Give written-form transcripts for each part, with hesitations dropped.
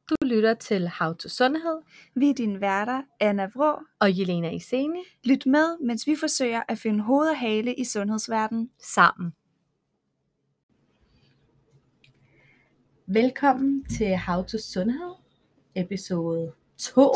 Du lytter til How to Sundhed. Vi er dine værter, Anna Vrå og Jelena Iseni. Lyt med, mens vi forsøger at finde hoved og hale i sundhedsverdenen sammen. Velkommen til How to Sundhed, episode 2.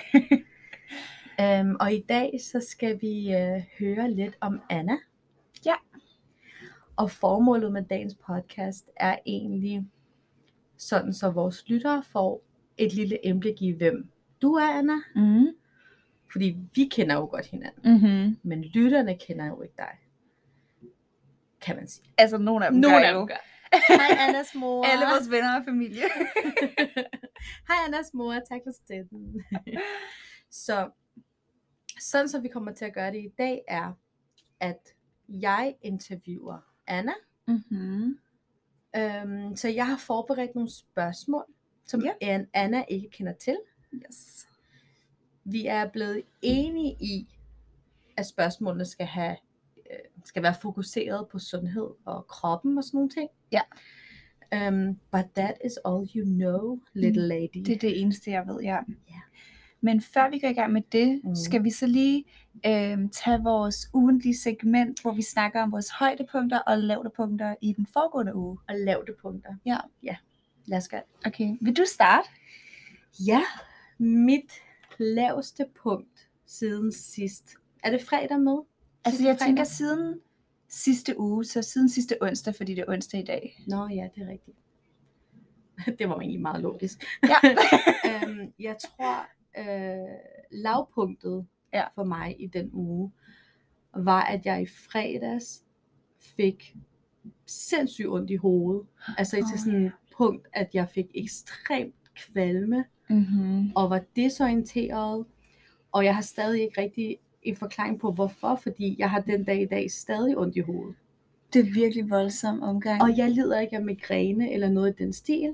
Og i dag så skal vi høre lidt om Anna. Ja. Og formålet med dagens podcast er egentlig sådan, så vores lyttere får et lille indblik i, hvem du er, Anna. Mm. Fordi vi kender jo godt hinanden. Mm-hmm. Men lytterne kender jo ikke dig. Kan man sige. Altså nogle af dem gør. Hej Annas mor. Alle vores venner og familie. Hej Annas mor, tak for støtten. Så sådan så vi kommer til at gøre det i dag er, at jeg interviewer Anna. Mm-hmm. Så jeg har forberedt nogle spørgsmål, som Anna ikke kender til. Yes. Vi er blevet enige i, at spørgsmålene skal være fokuseret på sundhed og kroppen og sådan nogle ting. Ja. But that is all you know, little lady. Det er det eneste, jeg ved, ja. Yeah. Men før vi går i gang med det, skal vi så lige tage vores ugentlige segment, hvor vi snakker om vores højdepunkter og lavdepunkter i den foregående uge. Og lavdepunkter. Ja. Ja, lad os gøre. Okay, vil du starte? Ja, mit laveste punkt siden sidst. Er det fredag med? Altså jeg tænker siden sidste uge, så siden sidste onsdag, fordi det er onsdag i dag. Nå ja, det er rigtigt. Det var egentlig meget logisk. Ja. Jeg tror, lavpunktet for mig i den uge, var, at jeg i fredags fik sindssygt ondt i hovedet. Altså til sådan et punkt, at jeg fik ekstremt kvalme, og var desorienteret, og jeg har stadig ikke rigtig en forklaring på hvorfor, fordi jeg har den dag i dag stadig ondt i hovedet. Det er virkelig voldsom omgang. Og jeg lider ikke af migræne eller noget i den stil.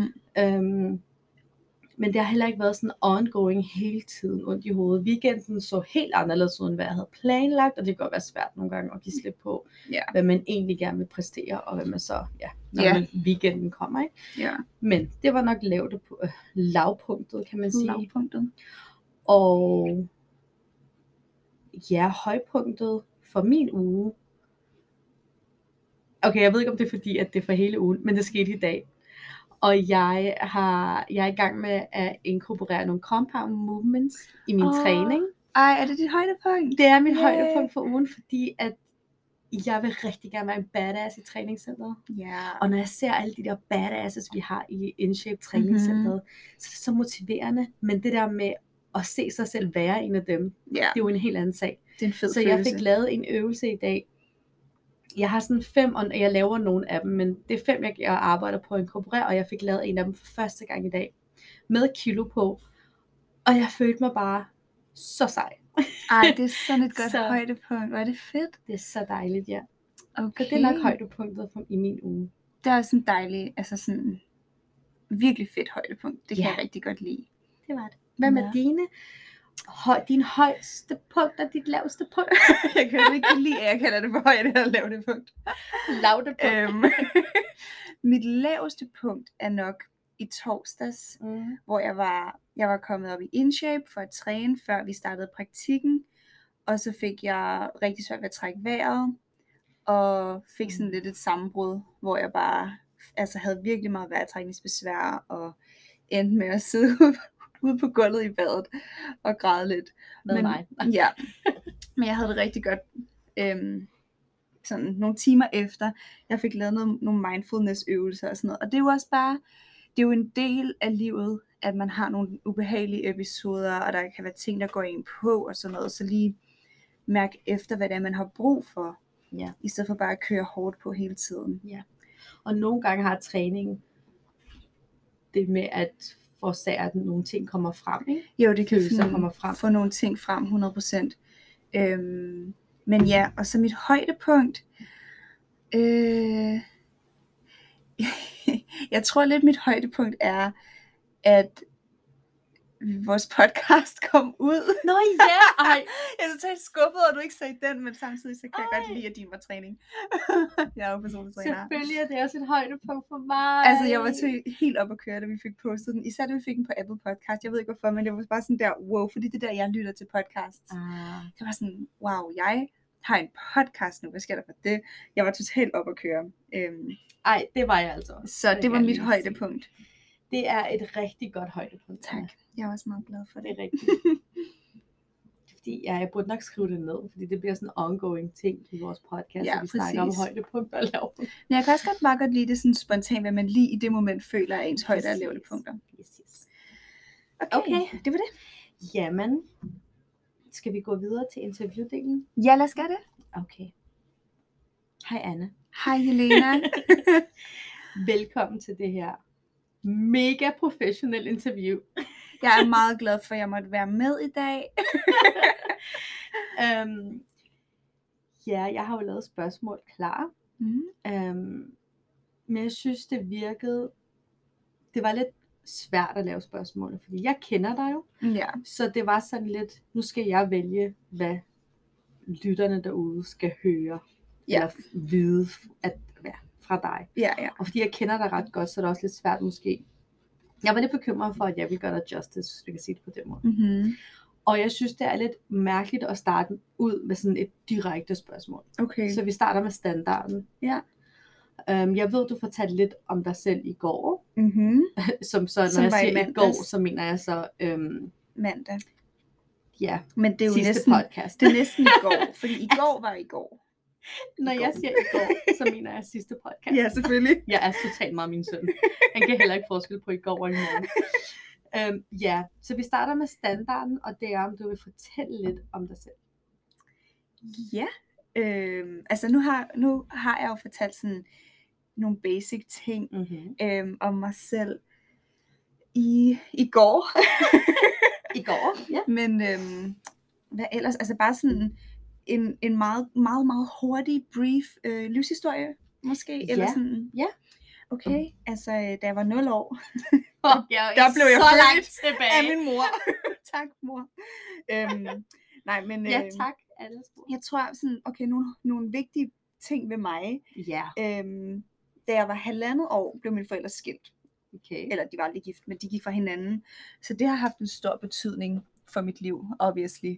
Men det har heller ikke været sådan ongoing hele tiden ondt i hovedet. Weekenden så helt anderledes ud, end hvad jeg havde planlagt, og det kan godt være svært nogle gange at give slip på, hvad man egentlig gerne vil præstere, og hvad man så, når weekenden kommer, ikke? Ja. Men det var nok lavpunktet, kan man sige. Lavpunktet. Og højpunktet for min uge. Okay, jeg ved ikke, om det er fordi, at det er for hele ugen, men det skete i dag. Og jeg er i gang med at inkorporere nogle compound movements i min træning. Ej, er det dit højdepunkt? Det er mit højdepunkt for ugen, fordi at jeg vil rigtig gerne være en badass i træningscenteret. Yeah. Og når jeg ser alle de der badasses, vi har i InShape træningscenteret, så er det så motiverende. Men det der med at se sig selv være en af dem, det er jo en helt anden sag. Det er en fed så jeg fik lavet en øvelse i dag. Jeg har sådan 5, og jeg laver nogle af dem, men det er 5, jeg arbejder på at inkorporere, og jeg fik lavet en af dem for første gang i dag, med kilo på, og jeg følte mig bare så sej. Ej, det er sådan et godt højdepunkt. Hvor er det fedt. Det er så dejligt, ja. Okay. Så det er nok højdepunktet i min uge. Det er sådan dejligt, altså sådan virkelig fedt højdepunkt. Det kan jeg rigtig godt lide. Det var det. Hvad med din højeste punkt og dit laveste punkt? Jeg kan jo ikke lide, at jeg kalder det for højde eller laveste punkt. Lavdepunkt. Mit laveste punkt er nok i torsdags, hvor jeg var kommet op i InShape for at træne, før vi startede praktikken. Og så fik jeg rigtig svært ved at trække vejret, og fik sådan lidt et sammenbrud, hvor jeg bare havde virkelig meget vejrtrækningsbesvær, og endte med at sidde ude på gulvet i badet og græde lidt. Men jeg havde det rigtig godt sådan nogle timer efter. Jeg fik lavet nogle mindfulness øvelser og sådan noget. Og det er jo også bare, det er jo en del af livet, at man har nogle ubehagelige episoder, og der kan være ting, der går ind på og sådan noget. Så lige mærke efter, hvad det er, man har brug for. Ja. I stedet for bare at køre hårdt på hele tiden. Ja. Og nogle gange har træning det med at forårsage, at nogle ting kommer frem, ikke? Jo, det kan få nogle ting frem 100%. Men ja, og så mit højdepunkt. Jeg tror lidt mit højdepunkt er, at vores podcast kom ud. Nå ja, ej. Jeg er totalt skuffet, at du ikke sagde den, men samtidig så kan jeg godt lide, at din var træning. Jeg er jo personlig træner. Selvfølgelig er det også et højdepunkt for mig. Altså, jeg var helt op at køre, da vi fik postet den. Især da vi fik den på Apple Podcast. Jeg ved ikke hvorfor, men det var bare sådan der, wow, fordi det der, jeg lytter til podcasts. Det var sådan, wow, jeg har en podcast nu. Hvad sker der for det? Jeg var totalt op at køre. Ej, det var jeg altså også. Så det var mit højdepunkt. Det er et rigtig godt højdepunkt. Tak. Jeg er også meget glad for det. Det er rigtigt. Fordi jeg burde nok skrive det ned, fordi det bliver sådan en ongoing ting i vores podcast, ja, at vi snakker om højdepunkter og lavpunkter. Men jeg kan også meget godt lide det sådan spontant, hvad man lige i det moment føler er ens højde- og lavpunkter. Yes. Okay, det var det. Jamen, skal vi gå videre til interviewdelen? Ja, lad os gøre det. Okay. Hej Anne. Hej Helena. Velkommen til det her mega professionel interview. Jeg er meget glad for, at jeg måtte være med i dag. Ja, jeg har jo lavet spørgsmål klar. Men jeg synes, det var lidt svært at lave spørgsmål, fordi jeg kender dig jo. Ja. Så det var sådan lidt, nu skal jeg vælge, hvad lytterne derude skal høre, eller vide fra dig. Ja. Og fordi jeg kender dig ret godt, så er det også lidt svært måske. Jeg var lidt bekymret for, at jeg vil gøre dig justice, hvis jeg kan sige det på den måde. Og jeg synes, det er lidt mærkeligt at starte ud med sådan et direkte spørgsmål. Okay. Så vi starter med standarden. Ja. Jeg ved, du fortalte lidt om dig selv i går. Som når jeg siger i går, så mener jeg så mandag. Ja, men det er jo sidste næsten, podcast. Det er næsten i går, fordi i går var i går. Når jeg siger i går, så mener jeg sidste podcast. Ja, selvfølgelig. Jeg er totalt meget min søn. Han kan heller ikke forskel på i går og i morgen. Ja, så vi starter med standarden, og det er, om du vil fortælle lidt om dig selv. Ja, altså nu har jeg jo fortalt sådan nogle basic ting om mig selv i går. I går, ja. Men hvad ellers? Altså bare sådan en meget, meget, meget hurtig, brief livshistorie, måske? Ja. Eller sådan. Ja. Okay, altså da jeg var 0 år, der blev jeg så født langt tilbage af min mor. Tak, mor. Nej, men ja, tak. Jeg tror sådan, okay, nogle vigtige ting ved mig. Ja. Da jeg var 1,5 år, blev mine forældre skilt. Okay. Eller de var aldrig gift, men de gik fra hinanden. Så det har haft en stor betydning for mit liv, obviously.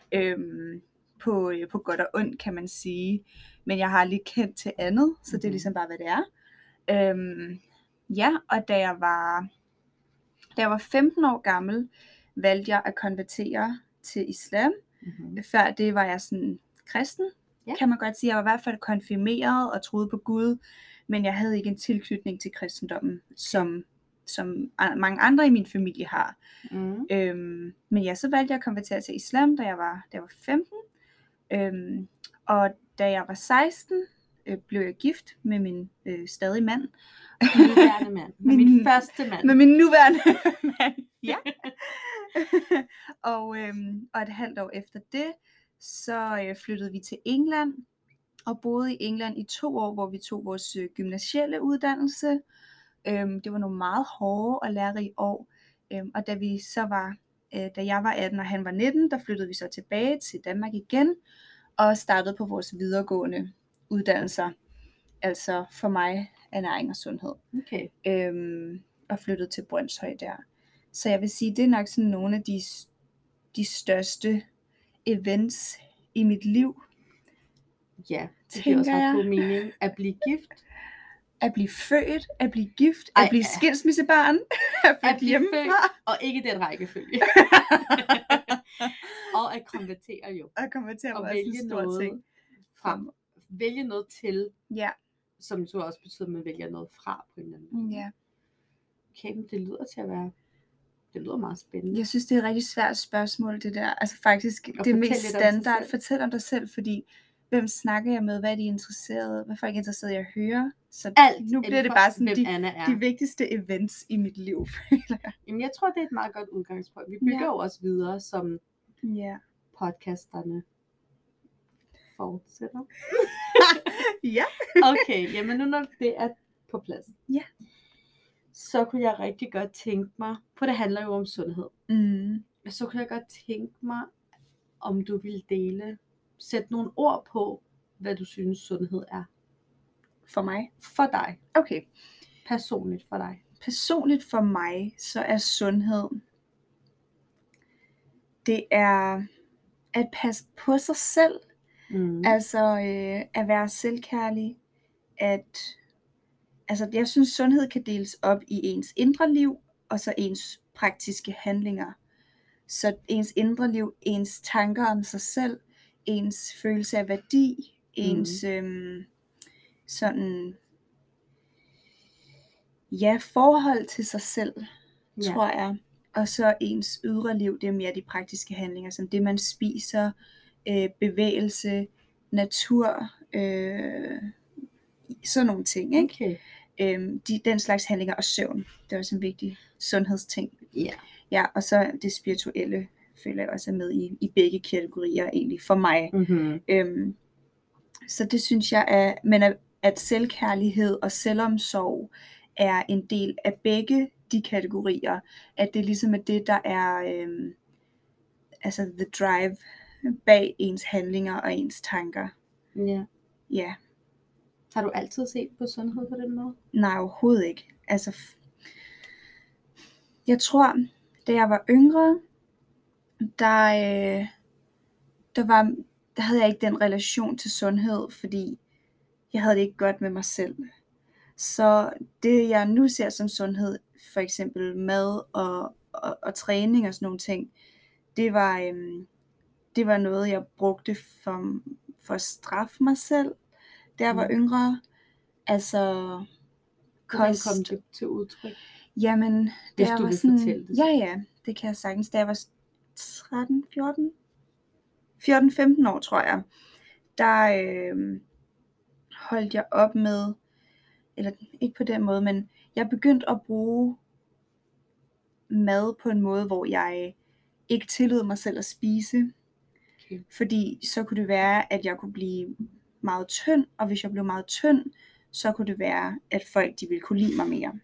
På godt og ondt, kan man sige. Men jeg har aldrig kendt til andet, så det er ligesom bare, hvad det er. Ja, og da jeg var 15 år gammel, valgte jeg at konvertere til islam. Før det var jeg sådan kristen, kan man godt sige. Jeg var i hvert fald konfirmeret og troede på Gud, men jeg havde ikke en tilknytning til kristendommen, som mange andre i min familie har. Men ja, så valgte jeg at konvertere til islam, da jeg var 15. Og da jeg var 16, blev jeg gift med min stadige mand. Nuværende mand. Med min første mand. Med min nuværende mand, ja. Og et halvt år efter det, så flyttede vi til England, og boede i England i 2 år, hvor vi tog vores gymnasielle uddannelse. Det var nogle meget hårde og lærerige år. Og da jeg var 18 og han var 19, der flyttede vi så tilbage til Danmark igen, og startede på vores videregående uddannelser. Altså for mig ernæring og sundhed. Okay. Og flyttede til Brønshøj der. Så jeg vil sige, det er nok sådan nogle af de største events i mit liv. Ja, det giver også ret god mening. At blive gift. At blive født, at blive gift, at blive skilsmissebarn, at blive født, og ikke den rækkefølge. Og at konvertere jo. At konvertere og vælge noget ting. Vælge noget til, som så også betyder, at man vælger noget fra på en eller anden måde. Ja. Okay, men det lyder meget spændende. Jeg synes, det er et rigtig svært spørgsmål, det der. Altså faktisk, det er mest standard. Fortæl om dig selv, fordi hvem snakker jeg med? Hvad er de interesserede? Hvad er folk interesserede i at høre? Så nu bliver det bare sådan de vigtigste events i mit liv. Jamen, jeg tror, det er et meget godt udgangspunkt. Vi bygger jo også videre, som podcasterne fortsætter. Ja. Okay, jamen nu når det er på plads. Ja. så kunne jeg rigtig godt tænke mig, for det handler jo om sundhed, så kunne jeg godt tænke mig, om du ville sætte nogle ord på, hvad du synes sundhed er. For mig? For dig. Okay. Personligt for dig. Personligt for mig, så er sundhed, det er at passe på sig selv. Altså at være selvkærlig. Jeg synes sundhed kan deles op i ens indre liv, og så ens praktiske handlinger. Så ens indre liv, ens tanker om sig selv, ens følelse af værdi, ens forhold til sig selv, tror jeg. Og så ens ydre liv, det er mere de praktiske handlinger, som det man spiser, bevægelse, natur, sådan nogle ting, ikke? Okay. Den slags handlinger, og søvn, det er også en vigtig sundhedsting. Ja, og så det spirituelle føler jeg også er med i begge kategorier egentlig for mig. Så det synes jeg er, men at selvkærlighed og selvomsorg er en del af begge de kategorier, at det ligesom er det, der er the drive bag ens handlinger og ens tanker. Ja. Har du altid set på sundhed på den måde? Nej, overhovedet ikke. Jeg tror, da jeg var yngre, der havde jeg ikke den relation til sundhed, fordi jeg havde det ikke godt med mig selv. Så det jeg nu ser som sundhed, for eksempel mad og træning og sådan nogle ting, det var noget jeg brugte for at straffe mig selv, da jeg var yngre. Hvordan kom det til udtryk? Jamen, hvis du vil fortælle det. Ja, det kan jeg sagtens. Da jeg var 14-15 år, tror jeg, der holdt jeg op med, eller ikke på den måde, men jeg begyndte at bruge mad på en måde, hvor jeg ikke tillod mig selv at spise. Okay. Fordi så kunne det være, at jeg kunne blive meget tynd, og hvis jeg blev meget tynd, så kunne det være, at folk de ville kunne lide mig mere.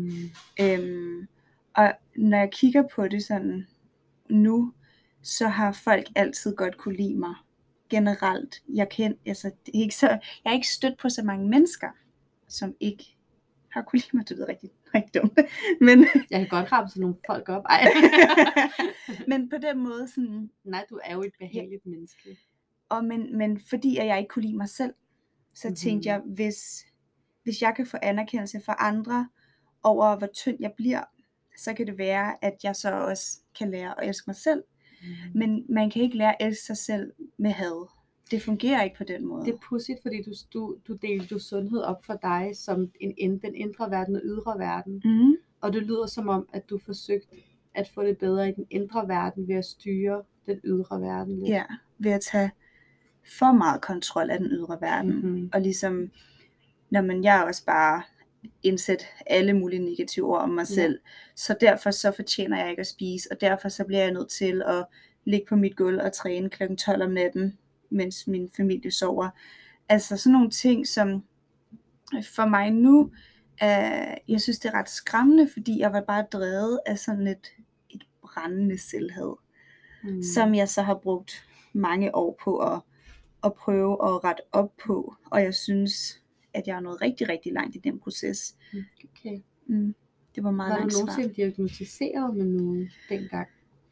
Og når jeg kigger på det sådan nu, så har folk altid godt kunne lide mig generelt. Jeg er ikke stødt på så mange mennesker, som ikke har kunne lide mig. Det lyder rigtig, rigtig dumt. Men jeg kan godt ramme sådan nogle folk op. Men på den måde sådan. Nej, du er jo et behageligt menneske. Men fordi at jeg ikke kunne lide mig selv, så tænkte jeg, hvis jeg kan få anerkendelse fra andre over hvor tynd jeg bliver, så kan det være, at jeg så også kan lære at elske mig selv. Men man kan ikke lære at elske sig selv med had. Det fungerer ikke på den måde. Det er pudsigt, fordi du delte jo sundhed op for dig som den indre verden og ydre verden. Og det lyder som om, at du forsøgte at få det bedre i den indre verden ved at styre den ydre verden lidt. Ja, ved at tage for meget kontrol af den ydre verden. Og ligesom, jeg er også bare indsætte alle mulige negative ord om mig selv. Så derfor så fortjener jeg ikke at spise, og derfor så bliver jeg nødt til at ligge på mit gulv og træne kl. 12 om natten, mens min familie sover. Altså sådan nogle ting, som for mig nu, jeg synes det er ret skræmmende, fordi jeg var bare drevet af sådan et brændende selvhed, som jeg så har brugt mange år på at prøve at rette op på, og jeg synes at jeg er nået rigtig, rigtig langt i den proces. Okay. Det var meget langt svar. Var du nogensinde diagnosticeret med noget dengang?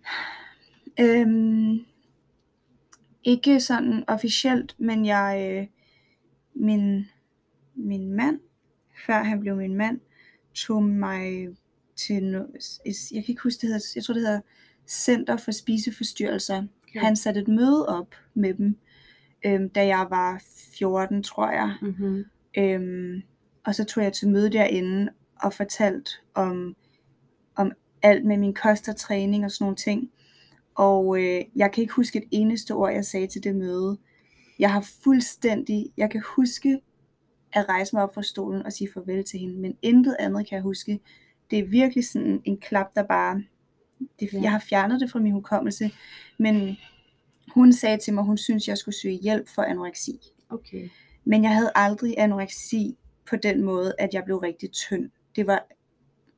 Ikke sådan officielt, men min mand, før han blev min mand, tog mig til jeg kan ikke huske det hedder, jeg tror det hedder Center for Spiseforstyrrelser. Okay. Han satte et møde op med dem, da jeg var 14, tror jeg. Og så tog jeg til møde derinde og fortalte om alt med min kost og træning og sådan nogle ting. Og jeg kan ikke huske et eneste ord, jeg sagde til det møde. Jeg kan huske at rejse mig op fra stolen og sige farvel til hende, men intet andet kan jeg huske. Det er virkelig sådan en klap, der bare, jeg har fjernet det fra min hukommelse, men hun sagde til mig, hun syntes, jeg skulle søge hjælp for anoreksi. Okay. Men jeg havde aldrig anoreksi på den måde, at jeg blev rigtig tynd. Det var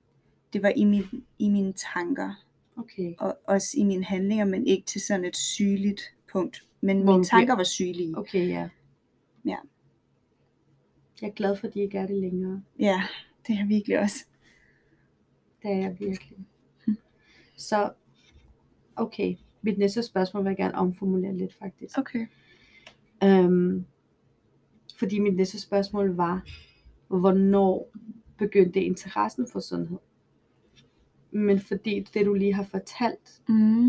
det var i mine tanker, Okay. og også i mine handlinger, men ikke til sådan et sygeligt punkt. Men Hvor mine du tanker var sygelige. Okay, ja. Ja. Jeg er glad for, at de ikke er det længere. Ja, det er jeg virkelig også. Det er jeg virkelig. Så, okay. Mit næste spørgsmål vil jeg gerne omformulere lidt, faktisk. Okay. Fordi mit næste spørgsmål var, hvornår begyndte interessen for sundhed? Men fordi det, du lige har fortalt,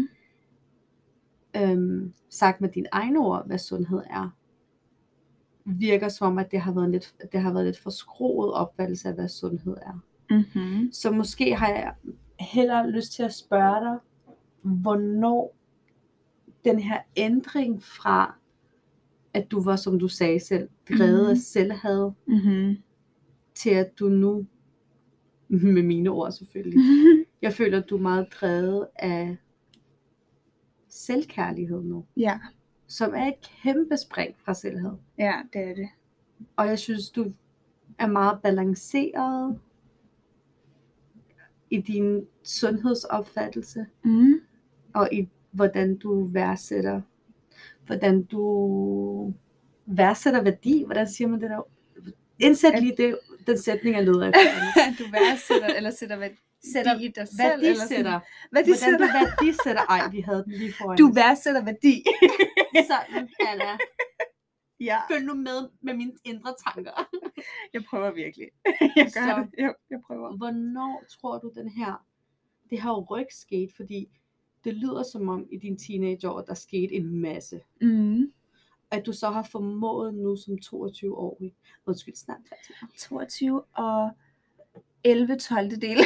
sagt med dine egne ord, hvad sundhed er, virker som om, at det har været lidt forskroet opfattelse af, hvad sundhed er. Mm-hmm. Så måske har jeg hellere lyst til at spørge dig, hvornår den her ændring fra, at du var, som du sagde selv, drevet af selvhad, til at du nu, med mine ord selvfølgelig, jeg føler, at du er meget drevet af selvkærlighed nu. Ja. Som er et kæmpe spring fra selvhed. Ja, det er det. Og jeg synes, du er meget balanceret i din sundhedsopfattelse, og i hvordan du værdsætter værdi. Hvordan siger man det der? Indsæt lige det, den sætning er leder efter. Du værdsætter, eller sætter værdi i dig selv. Værdisætter. Hvordan du værdisætter. Ej, vi havde den lige foran. Du værdsætter værdi. Sådan, Anna. Ja. Følg nu med mine indre tanker. Jeg prøver virkelig. Jeg prøver. Hvornår tror du det her ryg skete? Fordi det lyder som om i dine teenageår, der skete en masse. At du så har formået nu som 22-årig. Undskyld, snart 22 og 11/12 del.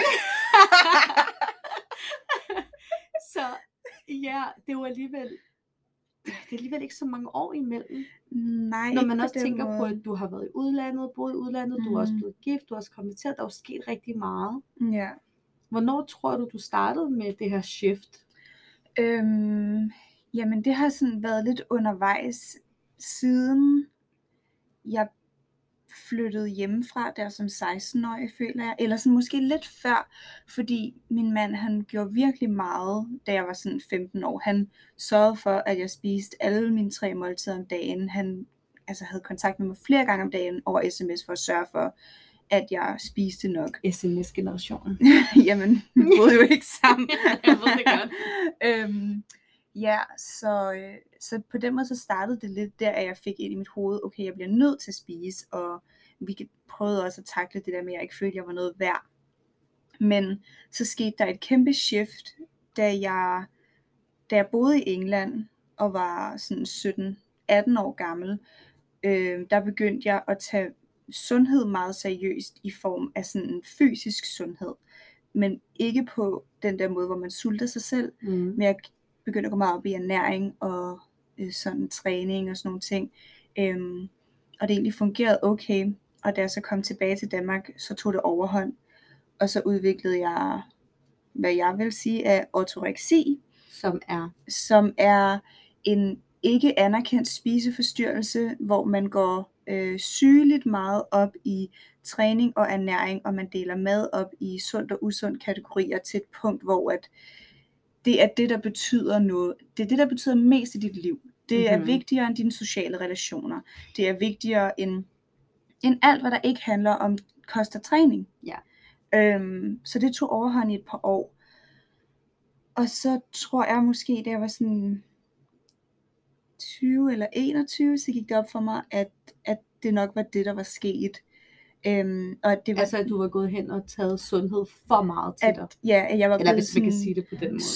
Så ja, det er jo alligevel ikke så mange år imellem. Nej, når man også tænker på, at du har været boet i udlandet, du er også blevet gift, du er også konverteret, der er jo sket rigtig meget. Ja. Hvornår tror du startede med det her shift? Jamen det har sådan været lidt undervejs, siden jeg flyttede hjemmefra der som 16-årig, føler jeg, eller sådan måske lidt før, fordi min mand, han gjorde virkelig meget, da jeg var sådan 15 år. Han sørgede for, at jeg spiste alle mine 3 måltider om dagen. Han havde kontakt med mig flere gange om dagen over sms for at sørge for, at jeg spiste nok. SMS-generationen. Jamen, vi boede jo ikke sammen. Jeg ved det godt. Ja, så på den måde så startede det lidt der, at jeg fik ind i mit hoved, okay, jeg bliver nødt til at spise, og vi prøvede også at takle det der med, at jeg ikke følte, at jeg var noget værd. Men så skete der et kæmpe shift, da jeg boede i England, og var sådan 17-18 år gammel, der begyndte jeg at tage sundhed meget seriøst i form af sådan en fysisk sundhed, men ikke på den der måde, hvor man sulter sig selv, men jeg begyndte at gå meget op i ernæring og sådan træning og sådan nogle ting, og det egentlig fungerede okay, og da jeg så kom tilbage til Danmark, så tog det overhånd, og så udviklede jeg, hvad jeg vil sige er ortoreksi, som er en ikke anerkendt spiseforstyrrelse, hvor man går sygeligt meget op i træning og ernæring, og man deler mad op i sund og usund kategorier til et punkt, hvor at det er det, der betyder noget. Det er det, der betyder mest i dit liv. Det er vigtigere end dine sociale relationer. Det er vigtigere end alt, hvad der ikke handler om kost og træning. Ja. Så det tog overhånd i et par år. Og så tror jeg måske, da jeg var sådan 20 eller 21, så gik det op for mig, at det nok var det, der var sket. Og det var, at du var gået hen og taget sundhed for meget til dig. Ja, jeg var eller hvis man kan sige det på den måde.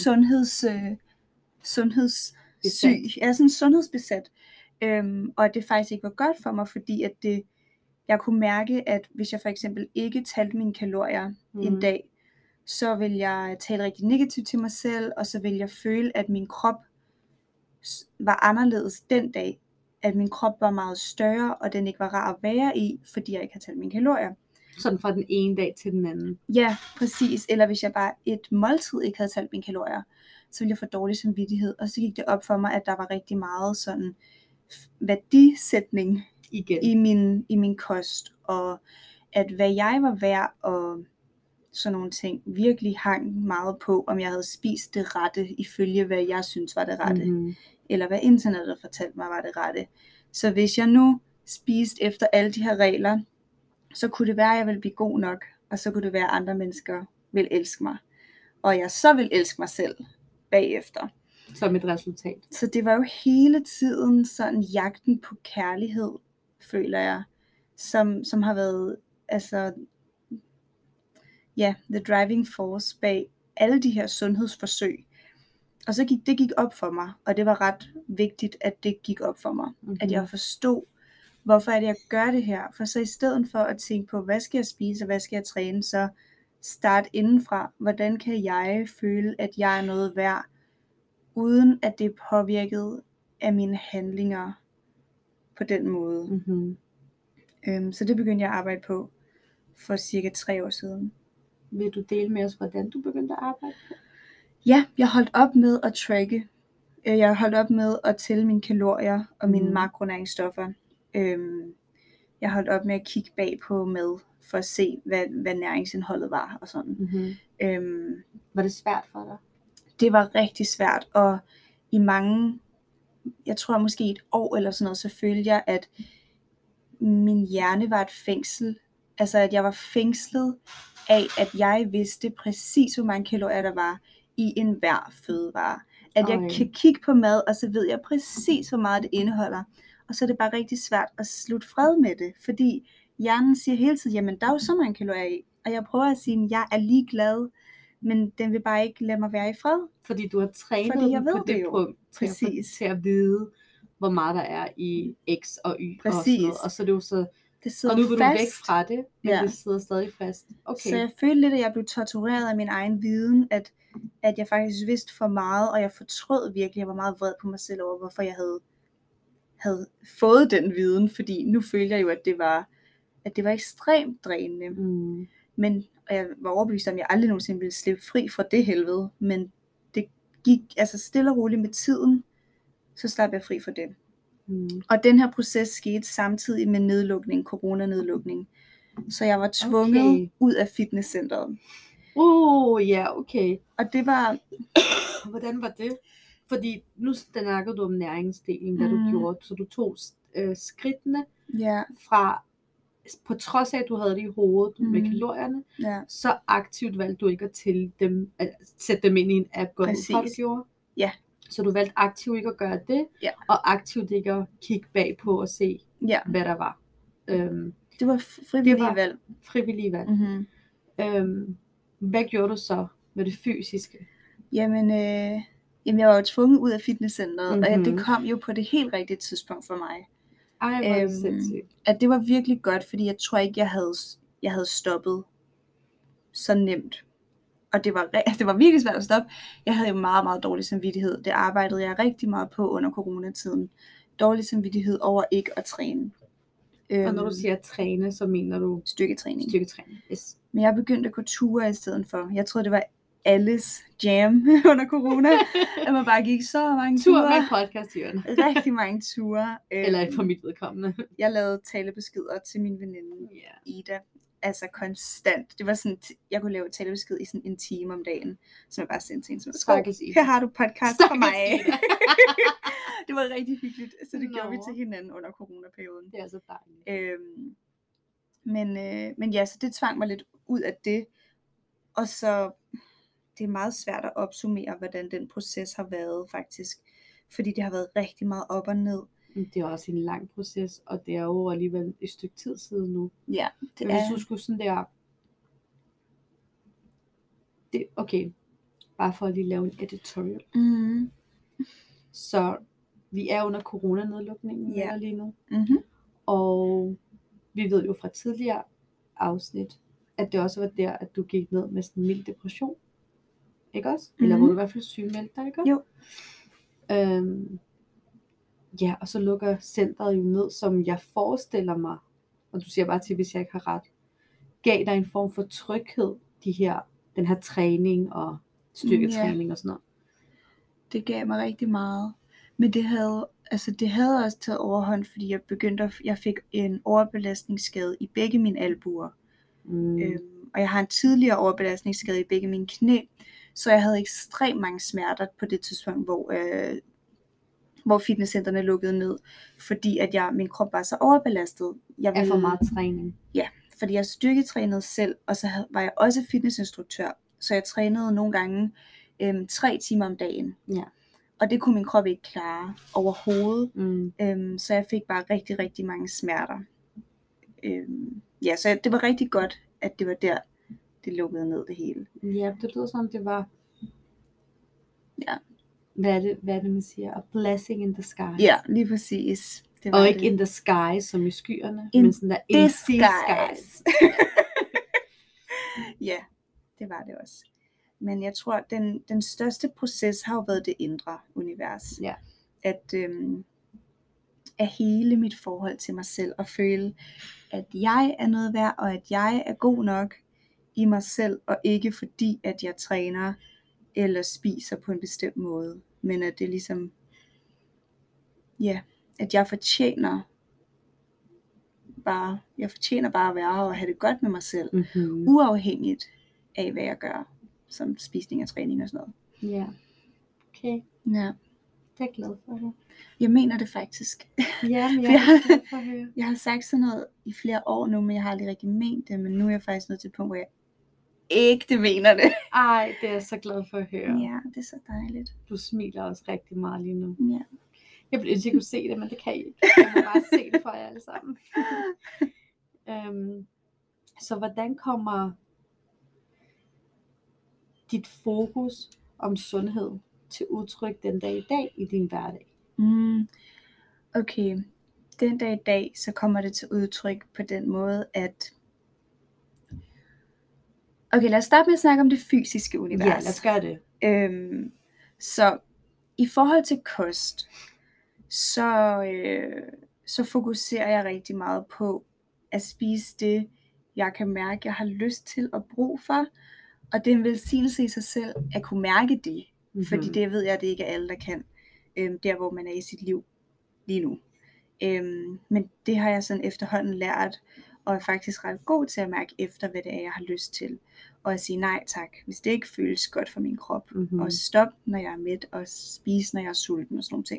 Sundhedssyg. Jeg er sådan sundhedsbesat. Og at det faktisk ikke var godt for mig, fordi at jeg kunne mærke, at hvis jeg for eksempel ikke talte mine kalorier en dag, så ville jeg tale rigtig negativt til mig selv, og så ville jeg føle, at min krop var anderledes den dag, at min krop var meget større, og den ikke var rar at være i, fordi jeg ikke havde talt mine kalorier. Sådan fra den ene dag til den anden. Ja, præcis. Eller hvis jeg bare et måltid ikke havde talt mine kalorier, så ville jeg få dårlig samvittighed. Og så gik det op for mig, at der var rigtig meget sådan værdisætning igen i min kost, og at hvad jeg var værd, og sådan nogle ting, virkelig hang meget på, om jeg havde spist det rette, ifølge hvad jeg synes var det rette, eller hvad internettet fortalte mig var det rette. Så hvis jeg nu spiste efter alle de her regler, så kunne det være, at jeg ville blive god nok, og så kunne det være, at andre mennesker vil elske mig, og jeg så vil elske mig selv bagefter. Som et resultat. Så det var jo hele tiden sådan jagten på kærlighed, føler jeg, som har været, altså, ja, the driving force bag alle de her sundhedsforsøg. Og så gik op for mig, og det var ret vigtigt, at det gik op for mig, at jeg forstod, hvorfor er det, jeg gør det her. For så i stedet for at tænke på, hvad skal jeg spise, og hvad skal jeg træne, så start indenfra, hvordan kan jeg føle, at jeg er noget værd, uden at det er påvirket af mine handlinger på den måde. Så det begyndte jeg at arbejde på for cirka 3 år siden. Vil du dele med os, hvordan du begyndte at arbejde på? Ja, jeg holdt op med at tracke. Jeg holdt op med at tælle mine kalorier og mine makronæringsstoffer. Jeg holdt op med at kigge bag på mad, for at se, hvad næringsindholdet var og sådan. Var det svært for dig? Det var rigtig svært, og i mange, jeg tror måske et år eller sådan noget, så følte jeg, at min hjerne var et fængsel. Altså at jeg var fængslet af, at jeg vidste præcis, hvor mange kalorier der var i enhver fødevare. At jeg kan kigge på mad, og så ved jeg præcis, hvor meget det indeholder. Og så er det bare rigtig svært at slutte fred med det, fordi hjernen siger hele tiden, jamen der er jo så mange kalorier i. Og jeg prøver at sige, at jeg er ligeglad, men den vil bare ikke lade mig være i fred. Fordi du har trænet på det punkt til at vide, hvor meget der er i X og Y. Præcis. Og sådan noget. Og så er det jo så... Og nu vil du væk fra det, men det sidder stadig fast. Okay. Så jeg følte lidt, at jeg blev tortureret af min egen viden, at jeg faktisk vidste for meget, og jeg fortrød virkelig, jeg var meget vred på mig selv over, hvorfor jeg havde fået den viden, fordi nu følte jeg jo, at det var ekstremt drænende. Men og jeg var overbevist om, at jeg aldrig nogensinde ville slippe fri fra det helvede, men det gik altså stille og roligt med tiden, så slap jeg fri fra det. Og den her proces skete samtidig med nedlukning, coronanedlukning. Så jeg var tvunget ud af fitnesscenteret. Okay. Og det var... Hvordan var det? Fordi nu snakkede du om næringsdelen, da du gjorde, så du tog skridtene fra, på trods af, at du havde det i hovedet med kalorierne, så aktivt valgte du ikke at sætte dem ind i en app, går ud fra, du gjorde. Ja. Så du valgte aktivt ikke at gøre det, og aktivt ikke at kigge bagpå og se, hvad der var. Det var frivillige valg. Hvad gjorde du så med det fysiske? Jamen jeg var jo tvunget ud af fitnesscenteret, og det kom jo på det helt rigtige tidspunkt for mig. At det var virkelig godt, fordi jeg tror ikke, jeg havde stoppet så nemt. Og det var virkelig svært at stoppe. Jeg havde jo meget, meget dårlig samvittighed. Det arbejdede jeg rigtig meget på under coronatiden. Dårlig samvittighed over ikke at træne. Og når du siger træne, så mener du? Styrketræning. Yes. Men jeg begyndte at gå ture i stedet for. Jeg troede, det var alles jam under corona. At man bare gik så mange ture. Tur med podcast i ørene. Rigtig mange ture. Eller for mit vedkommende. Jeg lavede talebeskeder til min veninde Ida. Altså konstant. Det var sådan, jeg kunne lave talebesked i sådan en time om dagen, som jeg bare sendte til hende. Her har du podcast fra mig. Det var rigtig hyggeligt. Så det gjorde vi til hinanden under coronaperioden. Det er så dejligt. Men ja, så det tvang mig lidt ud af det. Og så, det er meget svært at opsummere, hvordan den proces har været faktisk. Fordi det har været rigtig meget op og ned. Det er også en lang proces, og det er jo alligevel et stykke tid siden nu. Ja, det men hvis du skulle sådan der... Okay, bare for at lige lave en editorial. Så vi er under coronanedlukningen lige nu. Og vi ved jo fra tidligere afsnit, at det også var der, at du gik ned med sådan en mild depression. Ikke også? Eller hvor du i hvert fald sygemeldte dig, ikke? Jo. Ja, og så lukker centret jo ned, som jeg forestiller mig, og du siger bare til, hvis jeg ikke har ret, gav dig en form for tryghed, den her træning og styrketræning og sådan noget. Det gav mig rigtig meget. Men det havde også taget overhånd, fordi jeg fik en overbelastningsskade i begge mine albuer. Og jeg har en tidligere overbelastningsskade i begge mine knæ, så jeg havde ekstremt mange smerter på det tidspunkt, hvor fitnesscenterne lukkede ned, fordi at min krop var så overbelastet. Jeg Er for meget træning. Ja, fordi jeg styrketrænede selv, og så var jeg også fitnessinstruktør, så jeg trænede nogle gange 3 timer om dagen. Ja. Og det kunne min krop ikke klare overhovedet. Mm. Så jeg fik bare rigtig, rigtig mange smerter. Så det var rigtig godt, at det var der, det lukkede ned det hele. Ja, det lyder som det var. Ja. Hvad er det man siger? A blessing in disguise. Ja, lige præcis. Det var og ikke in the sky, som i skyerne, in men sådan der in disguise. Ja, det var det også. Men jeg tror, den største proces har jo været det indre univers. Ja. At hele mit forhold til mig selv, og føle, at jeg er noget værd, og at jeg er god nok i mig selv, og ikke fordi, at jeg træner eller spiser på en bestemt måde, men at det ligesom, at jeg fortjener bare at være her og have det godt med mig selv, uafhængigt af, hvad jeg gør, som spisning og træning og sådan noget. Ja, okay. Ja. Det er jeg glad for at høre. Jeg mener det faktisk. Ja, men jeg er glad for at høre. Jeg har sagt sådan noget i flere år nu, men jeg har aldrig rigtig ment det, men nu er jeg faktisk nået til et punkt, hvor jeg ikke mener det. Ej, det er jeg så glad for at høre. Ja, det er så dejligt. Du smiler også rigtig meget lige nu. Ja. Jeg ville ikke kunne se det, men det kan I ikke. Jeg må bare se det for jer alle sammen. Så hvordan kommer dit fokus om sundhed til udtryk den dag i dag i din hverdag? Okay, den dag i dag, så kommer det til udtryk på den måde, at okay, lad os starte med at snakke om det fysiske univers. Ja, lad os gøre det. Så i forhold til kost, så fokuserer jeg rigtig meget på at spise det, jeg kan mærke, jeg har lyst til og brug for. Og det er en velsignelse i sig selv at kunne mærke det. Fordi det ved jeg, det ikke er alle, der kan. Der, hvor man er i sit liv lige nu. Men det har jeg sådan efterhånden lært, og er faktisk ret god til at mærke efter, hvad det er, jeg har lyst til. Og at sige nej tak, hvis det ikke føles godt for min krop. Og stop, når jeg er mæt, og spise, når jeg er sulten og sådan nogle ting.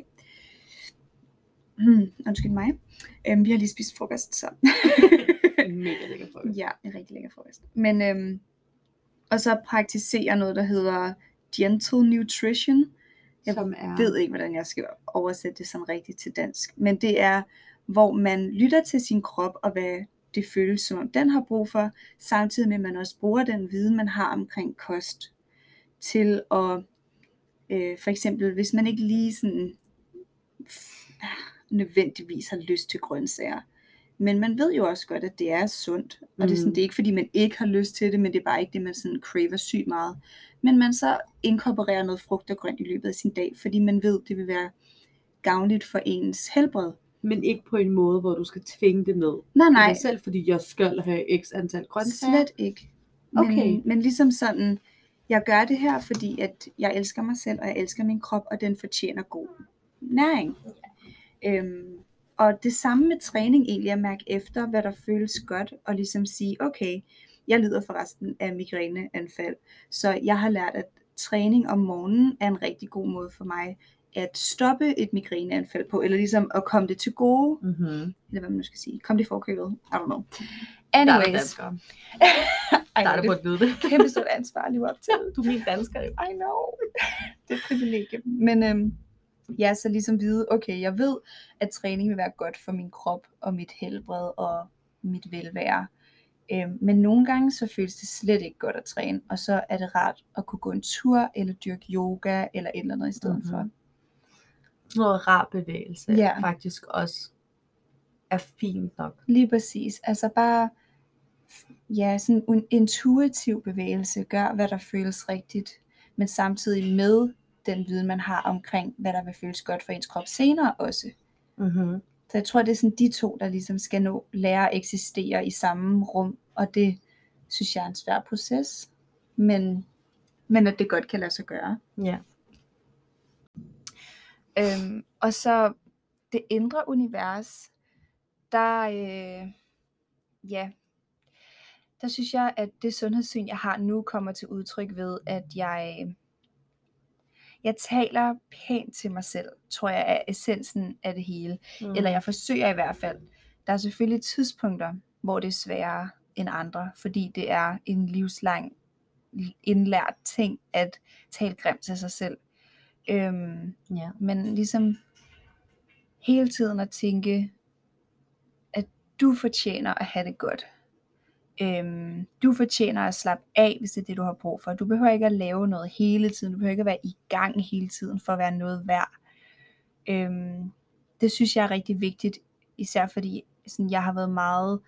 Undskyld mig. Vi har lige spist frokost, så. En mega lækker frokost. Ja, en rigtig lækker frokost. Men, og så praktisere noget, der hedder gentle nutrition. Jeg ved ikke, hvordan jeg skal oversætte det sådan rigtigt til dansk. Men det er, hvor man lytter til sin krop, og hvad det føles som om den har brug for, samtidig med, at man også bruger den viden, man har omkring kost, til at, for eksempel, hvis man ikke lige sådan nødvendigvis har lyst til grøntsager, men man ved jo også godt, at det er sundt, og det er, sådan, det er ikke fordi, man ikke har lyst til det, men det er bare ikke det, man sådan craver sygt meget. Men man så inkorporerer noget frugt og grønt i løbet af sin dag, fordi man ved, det vil være gavnligt for ens helbred. Men ikke på en måde, hvor du skal tvinge det ned. Nej. Selv fordi jeg skal have x antal grøntsager. Slet ikke. Men ligesom sådan, jeg gør det her, fordi at jeg elsker mig selv, og jeg elsker min krop, og den fortjener god næring. Og det samme med træning egentlig, at mærke efter, hvad der føles godt, og ligesom sige, okay, jeg lider forresten af migræneanfald, så jeg har lært, at træning om morgenen er en rigtig god måde for mig at stoppe et migræneanfald på, eller ligesom at komme det til gode, eller hvad man nu skal sige, komme det i forkøbet, I don't know. Anyways. Der er der på at vide det. Kæmpe stort ansvar lige op til. Du er min dansker jo. I know. Det er et privilegie. Men ja, så ligesom vide, okay, jeg ved, at træning vil være godt for min krop, og mit helbred, og mit velvære. Men nogle gange, så føles det slet ikke godt at træne, og så er det rart at kunne gå en tur, eller dyrke yoga, eller et eller andet i stedet for. Noget rar bevægelse, faktisk også er fint nok. Lige præcis. Altså bare, sådan en intuitiv bevægelse gør, hvad der føles rigtigt, men samtidig med den viden, man har omkring, hvad der vil føles godt for ens krop senere også. Så jeg tror, det er sådan de to, der ligesom skal lære at eksistere i samme rum, og det synes jeg er en svær proces, men at det godt kan lade sig gøre. Ja. Og så det indre univers, der, der synes jeg, at det sundhedssyn, jeg har nu, kommer til udtryk ved, at jeg taler pænt til mig selv, tror jeg er essensen af det hele. Eller jeg forsøger i hvert fald. Der er selvfølgelig tidspunkter, hvor det er sværere end andre, fordi det er en livslang indlært ting at tale grimt til sig selv. Men ligesom hele tiden at tænke, at du fortjener at have det godt. Du fortjener at slappe af, hvis det er det, du har brug for. Du behøver ikke at lave noget hele tiden. Du behøver ikke at være i gang hele tiden for at være noget værd. Det synes jeg er rigtig vigtigt, især fordi sådan, jeg har været meget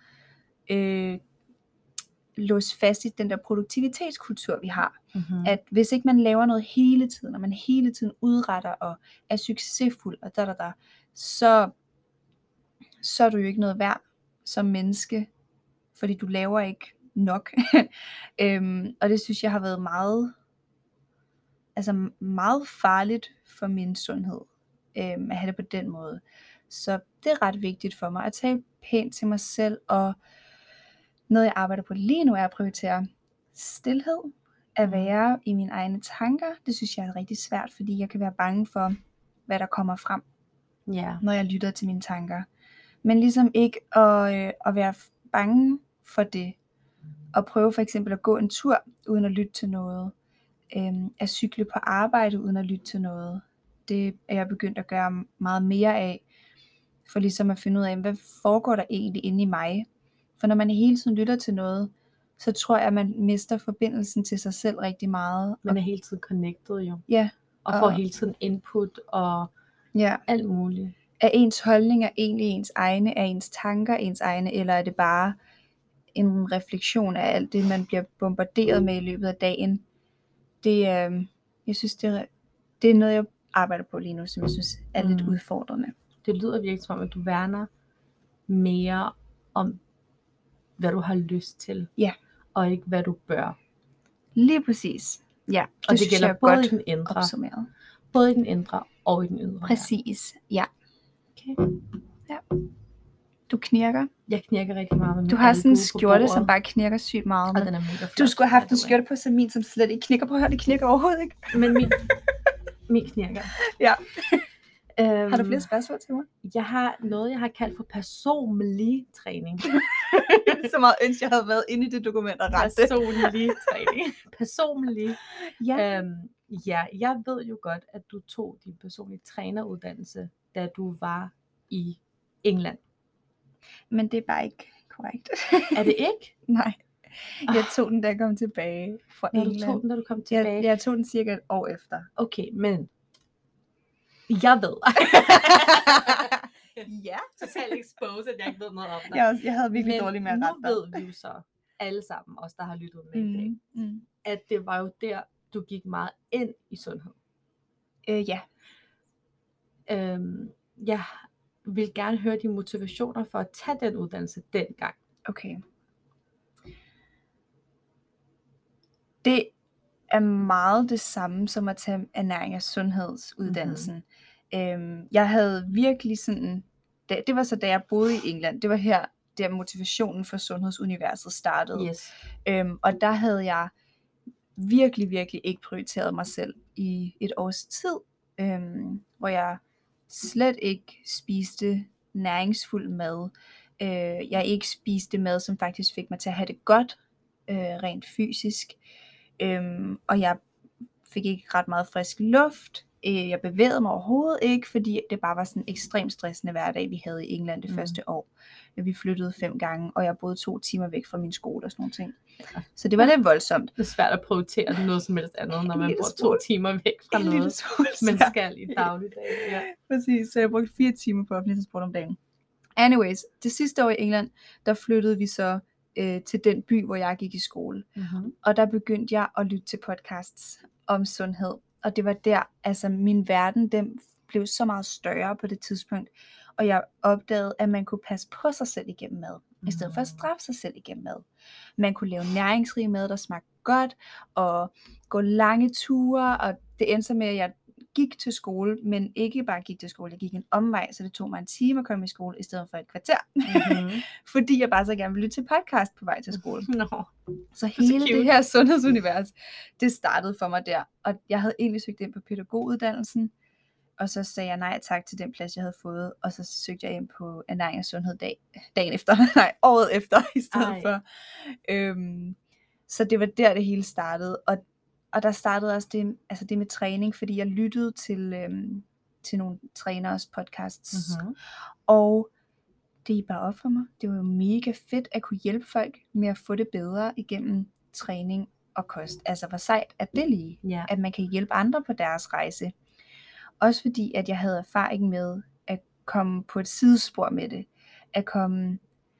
låst fast i den der produktivitetskultur, vi har. At hvis ikke man laver noget hele tiden, og man hele tiden udretter og er succesfuld, og så er du jo ikke noget værd som menneske, fordi du laver ikke nok. Og det synes jeg har været meget farligt for min sundhed, at have det på den måde. Så det er ret vigtigt for mig at tale pænt til mig selv, og noget jeg arbejder på lige nu er at prioritere stilhed, at være i mine egne tanker. Det synes jeg er rigtig svært, fordi jeg kan være bange for, hvad der kommer frem, når jeg lytter til mine tanker. Men ligesom ikke at være bange for det, og prøve for eksempel at gå en tur uden at lytte til noget, at cykle på arbejde uden at lytte til noget. Det er jeg begyndt at gøre meget mere af, for ligesom at finde ud af, hvad foregår der egentlig inde i mig. For når man hele tiden lytter til noget, så tror jeg, at man mister forbindelsen til sig selv rigtig meget. Man er hele tiden connected jo. Ja. Og får hele tiden input og alt muligt. Er ens holdninger egentlig ens egne? Er ens tanker ens egne? Eller er det bare en refleksion af alt det, man bliver bombarderet med i løbet af dagen? Jeg synes, det er noget, jeg arbejder på lige nu, som jeg synes er lidt udfordrende. Det lyder virkelig som om, at du værner mere om, hvad du har lyst til. Ja. Og ikke, hvad du bør. Lige præcis. Ja, og det gælder både i den indre. Opsummeret. Både i den indre og i den ydre. Præcis, ja. Okay. Ja. Du knirker. Jeg knirker rigtig meget med min Du har sådan en skjorte, som bare knirker sygt meget. Og den er mega flot. Du skulle have haft en skjorte på som min, som slet ikke knirker på. Det knirker overhovedet ikke. Men min knirker. Ja. Har du flere spørgsmål til mig? Jeg har noget, jeg har kaldt for personlig træning. Så meget ønske, jeg havde været inde i det dokument og ret det. Personlig træning. Personlig. Ja. Jeg ved jo godt, at du tog din personlige træneruddannelse, da du var i England. Men det er bare ikke korrekt. Er det ikke? Nej. Jeg tog den, da jeg kom tilbage fra England. Du tog den, da du kom tilbage? Jeg tog den cirka et år efter. Okay, men jeg ved. Ja. Totalt expose, at jeg ikke ved noget om dig. Jeg havde virkelig dårligt med at rette dig. Men nu ved vi jo så, alle sammen, os der har lyttet med i dag, at det var jo der, du gik meget ind i sundhed. Ja. Jeg vil gerne høre dine motivationer for at tage den uddannelse dengang. Okay. Det er meget det samme som at tage ernæring og sundhedsuddannelsen. Jeg havde virkelig sådan, det var så da jeg boede i England, det var her, der motivationen for sundhedsuniverset startede. Yes. Og der havde jeg virkelig ikke prioriteret mig selv i et års tid, hvor jeg slet ikke spiste næringsfuld mad. Jeg ikke spiste mad, som faktisk fik mig til at have det godt, rent fysisk. Og jeg fik ikke ret meget frisk luft. Jeg bevægede mig overhovedet ikke, fordi det bare var sådan en ekstremt stressende hverdag, vi havde i England det første år. Vi flyttede 5 gange, og jeg boede 2 timer væk fra min skole og sådan nogle ting. Ja. Så det var lidt voldsomt. Det er svært at prioritere noget som helst andet, når man bor 2 timer væk fra noget, man skal i dagligdagen. Ja. Præcis, så jeg brugte 4 timer på offentlig transport om dagen. Anyways, det sidste år i England, der flyttede vi så til den by, hvor jeg gik i skole. Og der begyndte jeg at lytte til podcasts om sundhed. Og det var der, altså min verden, den blev så meget større på det tidspunkt. Og jeg opdagede, at man kunne passe på sig selv igennem mad, i stedet for at straffe sig selv igennem mad. Man kunne lave næringsrig mad, der smagte godt, og gå lange ture, og det endte så med, at jeg gik til skole, men ikke bare gik til skole, jeg gik en omvej, så det tog mig en time at komme i skole, i stedet for et kvarter. Mm-hmm. Fordi jeg bare så gerne ville lytte til podcast på vej til skole. No. Så hele det her sundhedsunivers, det startede for mig der. Og jeg havde egentlig søgt ind på pædagoguddannelsen, og så sagde jeg nej tak til den plads, jeg havde fået, og så søgte jeg ind på ernæring og sundhed året efter i stedet for. Så det var der, det hele startede, og der startede også det med træning, fordi jeg lyttede til nogle træneres podcasts, og det er bare op for mig. Det var jo mega fedt at kunne hjælpe folk med at få det bedre igennem træning og kost. Altså hvor sejt er det lige, at man kan hjælpe andre på deres rejse. Også fordi, at jeg havde erfaring med at komme på et sidespor med det. At komme,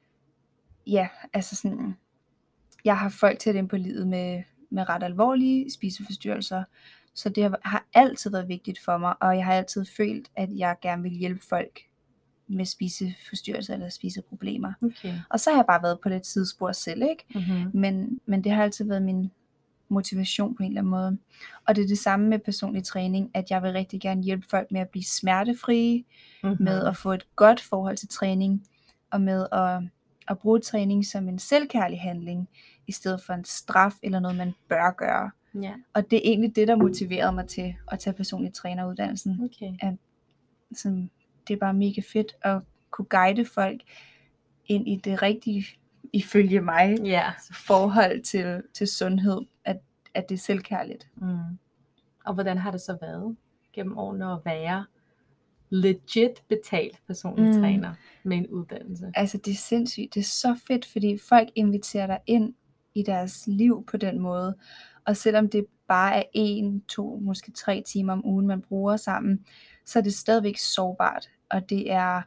jeg har folk tæt ind på livet med ret alvorlige spiseforstyrrelser. Så det har altid været vigtigt for mig, og jeg har altid følt, at jeg gerne vil hjælpe folk med spiseforstyrrelser eller spiseproblemer. Okay. Og så har jeg bare været på lidt sidespor selv, ikke? Mm-hmm. Men det har altid været min motivation på en eller anden måde. Og det er det samme med personlig træning, at jeg vil rigtig gerne hjælpe folk med at blive smertefrie, med at få et godt forhold til træning, og med at bruge træning som en selvkærlig handling, i stedet for en straf eller noget, man bør gøre. Yeah. Og det er egentlig det, der motiverede mig til at tage personlig træneruddannelsen. Okay. Det er bare mega fedt at kunne guide folk ind i det rigtige, ifølge mig, forhold til sundhed, at det er selvkærligt. Mm. Og hvordan har det så været gennem årene at være legit betalt personlig træner med en uddannelse? Altså det er sindssygt, det er så fedt, fordi folk inviterer dig ind i deres liv på den måde, og selvom det bare er 1, 2, måske 3 timer om ugen, man bruger sammen, så er det stadigvæk sårbart, og det er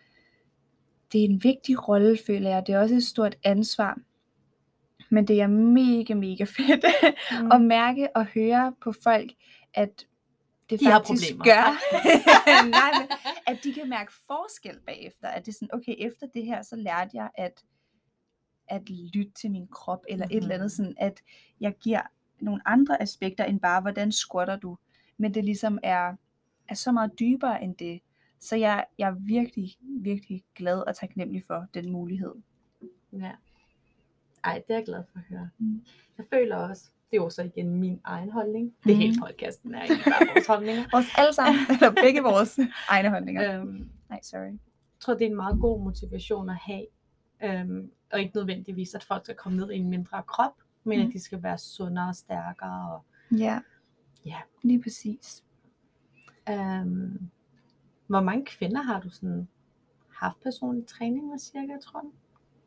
en vigtig rolle, føler jeg. Det er også et stort ansvar, men det er mega, mega fedt at mærke og høre på folk, at det faktisk gør, nej, men, at de kan mærke forskel bagefter, at det er sådan, okay, efter det her, så lærte jeg at lytte til min krop, eller et eller andet, sådan at jeg giver nogle andre aspekter, end bare, hvordan squatter du, men det ligesom er så meget dybere end det, så jeg er virkelig, virkelig glad og taknemmelig for den mulighed. Ja. Ej, det er jeg glad for at høre. Jeg føler også, det er jo så igen min egen holdning. Det hele podcasten er ikke bare vores holdninger. Vores alle sammen, eller begge vores egne holdninger. Nej, sorry. Jeg tror, det er en meget god motivation at have. Og ikke nødvendigvis, at folk skal komme ned i en mindre krop, men at de skal være sundere og stærkere. Og, ja, lige præcis. Hvor mange kvinder har du sådan haft personlig træning med cirka, tror du?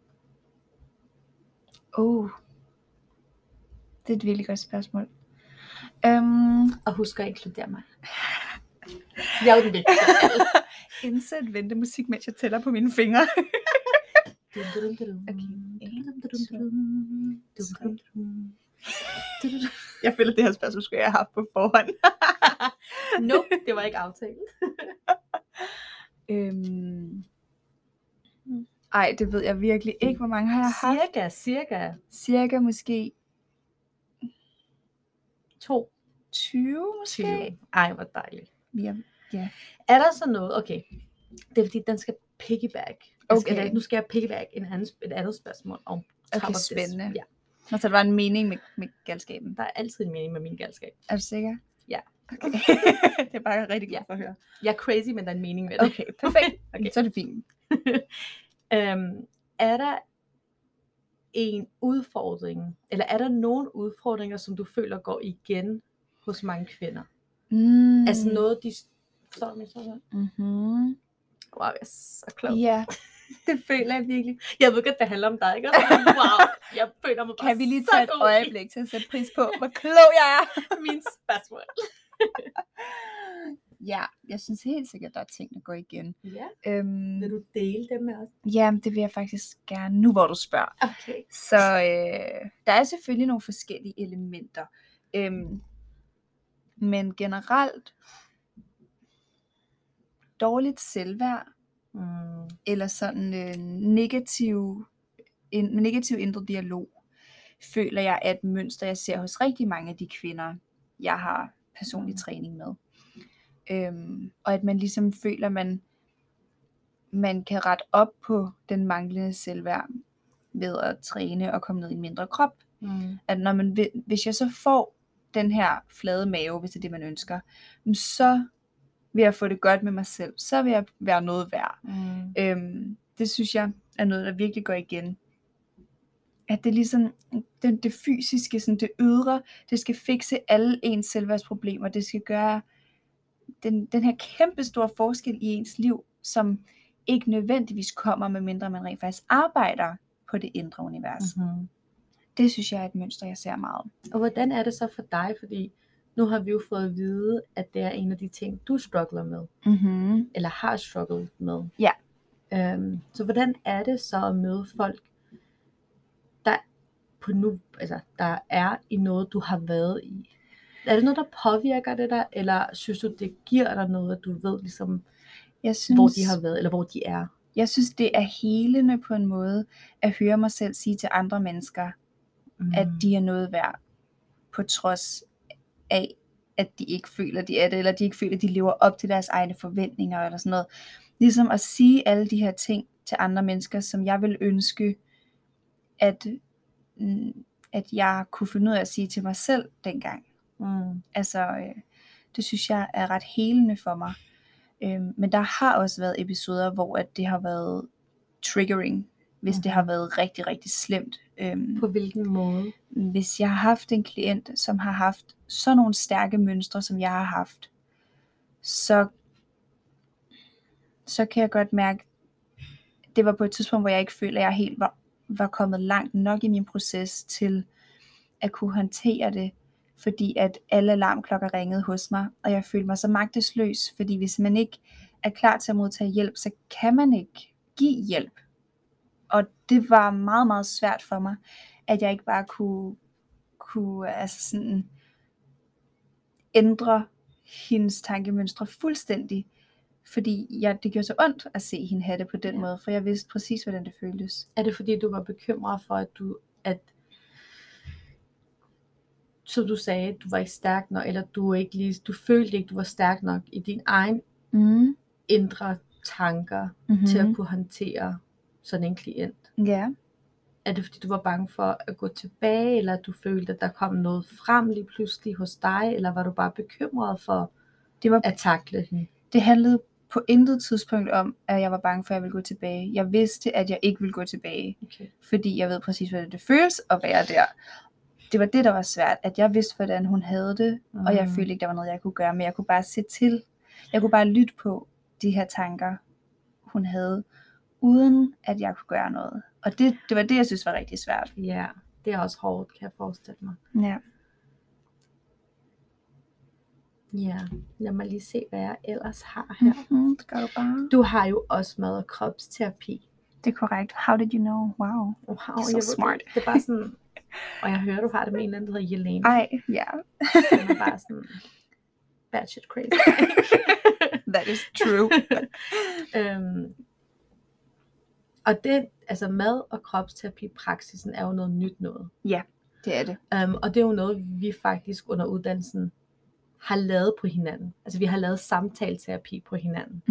Det er et virkelig godt spørgsmål. Og husk at inkludere mig. Jeg er jo den vigtigste. Indsæt ventemusik, mens jeg tæller på mine fingre. Jeg føler, det her spørgsmål skulle jeg have haft på forhånd. Nope, det var ikke aftalt. Ej, det ved jeg virkelig ikke. Hvor mange har jeg haft? Cirka måske 20 måske. 20. Ej, hvor dejligt. Ja. Er der så noget? Okay, det er fordi, den skal piggyback. Nu skal jeg piggyback et andet spørgsmål om okay, spændende. Ja. Og så der var en mening med galskaben. Der er altid en mening med min galskab. Er du sikker? Ja. Okay. Det er bare rigtig glad for at høre. Jeg er crazy, men der er en mening med det. Okay, perfekt. Okay. Så er det fint. Er der en udfordring, eller er der nogle udfordringer, som du føler går igen hos mange kvinder? Altså noget, de... Forstår du mig sådan? Wow, jeg er så klog. Ja, det føler jeg virkelig. Jeg ved ikke, at det handler om dig, ikke? Wow, jeg føler mig bare kan vi lige tage et øjeblik til at sætte pris på, hvor klog jeg er? Min spørgsmål. Ja, jeg synes helt sikkert, at der er ting, der går igen. Ja. Vil du dele dem med os? Ja, det vil jeg faktisk gerne, nu hvor du spørger. Okay. Så der er selvfølgelig nogle forskellige elementer. Men generelt dårligt selvværd, eller sådan negativ indre dialog, føler jeg er et mønster, jeg ser hos rigtig mange af de kvinder, jeg har personlig træning med. Og at man ligesom føler, man kan rette op på den manglende selvværd ved at træne og komme ned i en mindre krop. At hvis jeg så får den her flade mave, hvis det er det, man ønsker, så vil jeg få det godt med mig selv. Så vil jeg være noget værd. Det synes jeg er noget, der virkelig går igen. At det er ligesom det fysiske, sådan det ydre, det skal fikse alle ens selvværdsproblemer. Det skal gøre den her kæmpe store forskel i ens liv, som ikke nødvendigvis kommer, medmindre man rent faktisk arbejder på det indre univers. Det synes jeg er et mønster, jeg ser meget. Og hvordan er det så for dig? Fordi nu har vi jo fået at vide, at det er en af de ting, du struggler med. Eller har strugglet med. Ja. Så hvordan er det så at møde folk, der er i noget, du har været i? Er det noget, der påvirker det der, eller synes du, det giver dig noget, at du ved ligesom, hvor de har været, eller hvor de er? Jeg synes, det er helende på en måde, at høre mig selv sige til andre mennesker, at de er noget værd, på trods af, at de ikke føler, de er det, eller de ikke føler, at de lever op til deres egne forventninger, eller sådan noget. Ligesom at sige alle de her ting til andre mennesker, som jeg vil ønske, at jeg kunne finde ud af at sige til mig selv dengang. Det synes jeg er ret helende for mig. Men der har også været episoder, hvor at det har været triggering, hvis det har været rigtig, rigtig slemt. På hvilken måde? Hvis jeg har haft en klient, som har haft sådan nogle stærke mønstre, som jeg har haft, så kan jeg godt mærke, det var på et tidspunkt, hvor jeg ikke følte, at jeg helt var kommet langt nok i min proces til at kunne håndtere det, fordi at alle alarmklokker ringede hos mig, og jeg følte mig så magtesløs, fordi hvis man ikke er klar til at modtage hjælp, så kan man ikke give hjælp. Og det var meget, meget svært for mig, at jeg ikke bare kunne altså sådan ændre hendes tankemønstre fuldstændig, fordi det gjorde så ondt at se hende have det på den måde, for jeg vidste præcis, hvordan det føltes. Er det fordi, du var bekymret for, at som du sagde, du var ikke stærk nok, eller du følte ikke, du var stærk nok i din egen indre tanker til at kunne håndtere sådan en klient? Ja. Er det fordi, du var bange for at gå tilbage, eller du følte, at der kom noget frem lige pludselig hos dig, eller var du bare bekymret for at takle hende? Det handlede på intet tidspunkt om, at jeg var bange for, at jeg ville gå tilbage. Jeg vidste, at jeg ikke ville gå tilbage, fordi jeg ved præcis, hvordan det føles at være der. Det var det, der var svært, at jeg vidste, hvordan hun havde det, og jeg følte ikke, der var noget, jeg kunne gøre, men jeg kunne bare se til. Jeg kunne bare lytte på de her tanker, hun havde, uden at jeg kunne gøre noget. Og det var det, jeg synes var rigtig svært. Ja, det er også hårdt, kan jeg forestille mig. Ja. Ja, lad mig lige se, hvad jeg ellers har her. Det gør du bare. Du har jo også mad- og kropsterapi. Det er korrekt. How did you know? Wow. So smart. Det er bare sådan, og jeg hører, du har det med en eller anden, der hedder Jelene. Ej, ja. Den er bare sådan, bad shit crazy. That is true. Og det, altså mad- og kropsterapi-praksisen er jo noget nyt noget. Ja, det er det. Og det er jo noget, vi faktisk under uddannelsen har lavet på hinanden. Altså vi har lavet samtaleterapi på hinanden.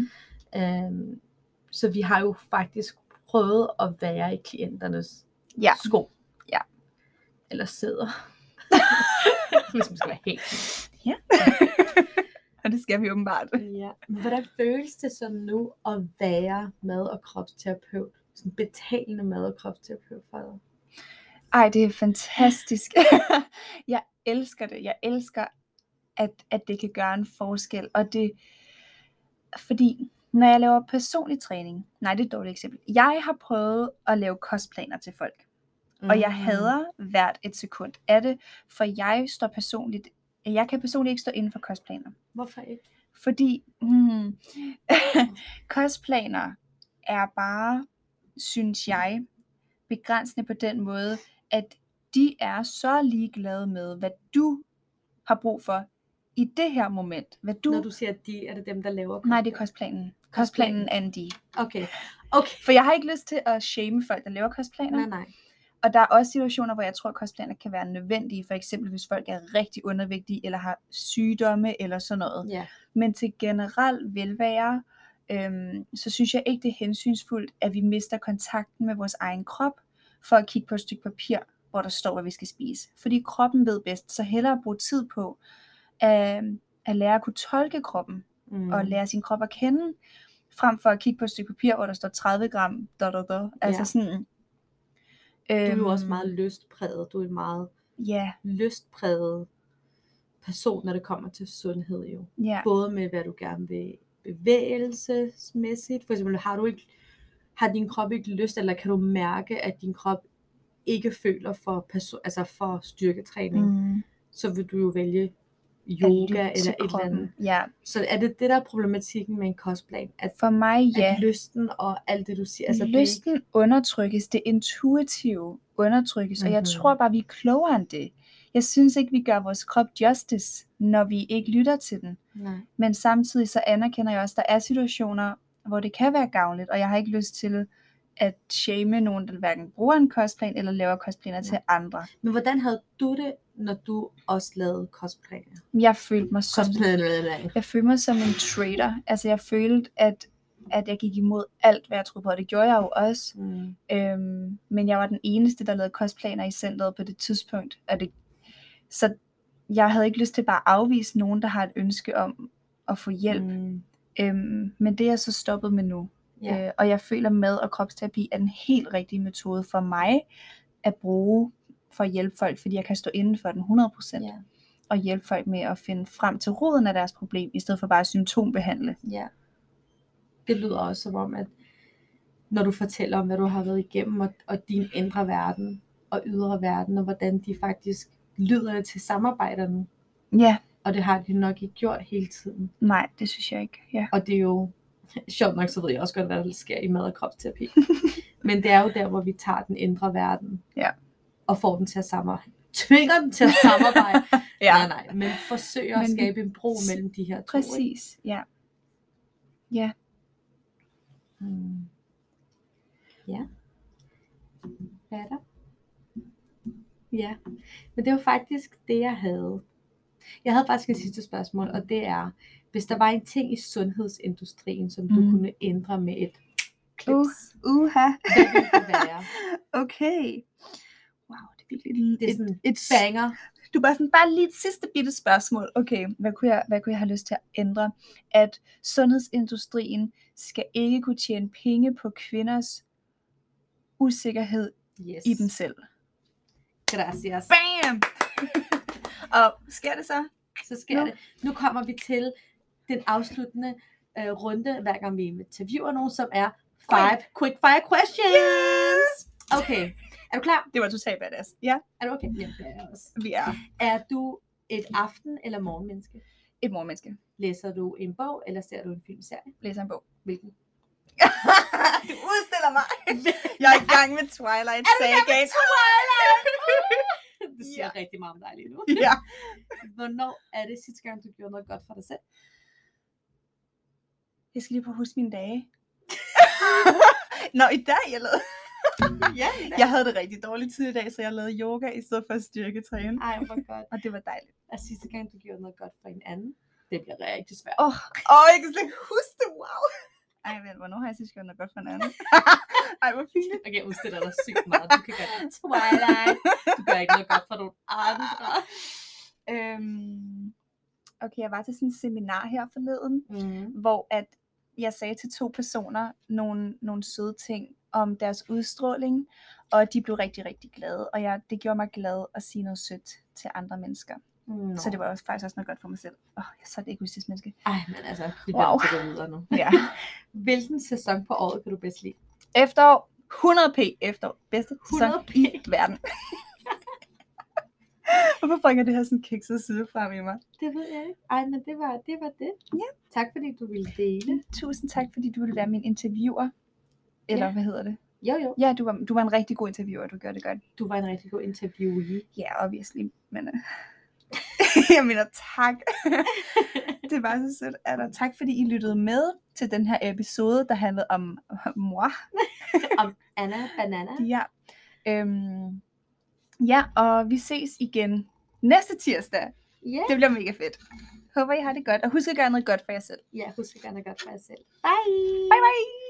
Så vi har jo faktisk prøvet at være i klienternes sko. Ja. Eller sæder. Hvis man skal være helt. Ja. Og det skal vi åbenbart. Ja. Men hvordan føles det så nu at være mad- og kropsterapeut? Sådan betalende mad- og kropsterapeut for dig? Ej, det er fantastisk. Jeg elsker det. Jeg elsker, at det kan gøre en forskel. Og det, fordi når jeg laver personlig træning, det er et dårligt eksempel. Jeg har prøvet at lave kostplaner til folk. Og jeg hader hvert et sekund af det, for jeg kan personligt ikke stå inden for kostplaner. Hvorfor ikke? Fordi kostplaner er bare, synes jeg, begrænsende på den måde, at de er så ligeglade med, hvad du har brug for i det her moment. Når du siger de, er det dem, der laver kostplaner? Nej, det er kostplanen. Kostplanen er en de. Okay. For jeg har ikke lyst til at shame folk, der laver kostplaner. Nej. Og der er også situationer, hvor jeg tror, at kostplaner kan være nødvendige, for eksempel hvis folk er rigtig undervægtige, eller har sygdomme, eller sådan noget. Ja. Men til generelt velvære, så synes jeg ikke, det er hensynsfuldt, at vi mister kontakten med vores egen krop, for at kigge på et stykke papir, hvor der står, hvad vi skal spise. Fordi kroppen ved bedst, så hellere bruge tid på at lære at kunne tolke kroppen, og lære sin krop at kende, frem for at kigge på et stykke papir, hvor der står 30 gram, altså sådan. Du er jo også meget lystpræget. Du er en meget lystpræget person, når det kommer til sundhed jo. Ja. Både med, hvad du gerne vil bevægelsesmæssigt. For eksempel, har din krop ikke lyst, eller kan du mærke, at din krop ikke føler for styrketræning, så vil du jo vælge yoga eller et eller andet. Ja. Så er det der er problematikken med en kostplan? At, for mig, ja. At lysten og alt det, du siger. Altså, lysten undertrykkes, det intuitive undertrykkes, og jeg tror bare, vi er klogere end det. Jeg synes ikke, vi gør vores krop justice, når vi ikke lytter til den. Nej. Men samtidig så anerkender jeg også, at der er situationer, hvor det kan være gavnligt, og jeg har ikke lyst til at shame nogen, der hverken bruger en kostplan, eller laver kostplaner til andre. Men hvordan havde du det, når du også lavede kostplaner? Jeg følte mig som en trader. Altså jeg følte, at jeg gik imod alt, hvad jeg troede på, og det gjorde jeg jo også. Men jeg var den eneste, der lavede kostplaner i centret på det tidspunkt. Så jeg havde ikke lyst til bare at afvise nogen, der har et ønske om at få hjælp. Men det er jeg så stoppet med nu. Yeah. Og jeg føler, mad- og kropsterapi er den helt rigtige metode for mig at bruge for at hjælpe folk, fordi jeg kan stå inden for den 100%. Yeah. Og hjælpe folk med at finde frem til roden af deres problem, i stedet for bare at symptombehandle. Ja. Det lyder også som om, at når du fortæller om, hvad du har været igennem, og din indre verden og ydre verden, og hvordan de faktisk lyder til samarbejderne. Ja. Og det har de nok ikke gjort hele tiden. Nej, det synes jeg ikke. Ja. Og det er jo sjovt nok, så ved jeg også godt, hvad der sker i mad- og kropsterapi. Men det er jo der, hvor vi tager den indre verden, og får den til at samarbejde. Tvinger den til at samarbejde. Nej, men forsøger at skabe en bro mellem de her to. Præcis, ja. Ja. Ja. Hvad er der? Ja, men det var faktisk det, jeg havde. Jeg havde faktisk et sidste spørgsmål, og det er, hvis der var en ting i sundhedsindustrien, som du kunne ændre med et klips, hvad ville det være? Okay. Wow, det er virkelig det er sådan et banger. Du bare lige et sidste bitte spørgsmål. Okay, hvad kunne jeg have lyst til at ændre? At sundhedsindustrien skal ikke kunne tjene penge på kvinders usikkerhed i dem selv. Gracias. Bam! Og sker det så? Så sker det. Nu kommer vi til den afsluttende runde, hver gang vi interviewer nogen, som er 5 quick fire questions. Yes! Okay, er du klar? Det var totalt badass. Ja. Er du okay? Ja, det er jeg også. Vi er. Er du et aften- eller morgenmenneske? Et morgenmenneske. Læser du en bog, eller ser du en filmserie? Læser en bog. Hvilken? Du udstiller mig. Jeg er i gang med Twilight Saga. Det siger rigtig meget om dig lige nu. Ja. Hvornår er det sidste gang, du gjorde noget godt for dig selv? Jeg skal lige på huske mine dage. Nå, i dag jeg lavede. Ja, jeg havde det rigtig dårligt tid i dag, så jeg lavede yoga i stedet for at styrketræne. Ej, hvor godt. Og det var dejligt. Og sidste gang, du gjorde noget godt for en anden, det bliver rigtig svært. Jeg kan slet ikke huske det, wow. Ej, men hvornår har jeg sidst gjort noget godt for en anden? Ej, hvor fint. Okay, jeg udstiller dig sygt meget. Du kan gøre det Twilight. Du gør ikke noget godt for nogle andre. Okay, jeg var til sådan et seminar her forleden, hvor at jeg sagde til 2 personer nogle søde ting om deres udstråling, og de blev rigtig, rigtig glade. Og det gjorde mig glad at sige noget sødt til andre mennesker. Så det var faktisk også noget godt for mig selv. Jeg er så et egoistisk menneske. Ej, men altså, vi bliver til at gå videre nu. Ja. Hvilken sæson på året kan du bedst lide? Efterår. 100p efterår. Bedste sæson 100p. i verden. Hvorfor bringer det her sådan kikset side frem i mig? Det ved jeg ikke. Ej, men det var det. Ja. Tak fordi du ville dele. Tusind tak fordi du ville være min interviewer. Eller hvad hedder det? Jo. Ja, du var en rigtig god interviewer. Du gjorde det godt. Du var en rigtig god interviewee. Ja, obviously. Men jeg mener tak. Det var så sødt. Tak fordi I lyttede med til den her episode, der handlede om moi. Om Anna Banana. Ja. Ja, og vi ses igen næste tirsdag. Yeah. Det bliver mega fedt. Håber, I har det godt. Og husk at gøre noget godt for jer selv. Ja, husk at gøre noget godt for jer selv. Bye! Bye bye!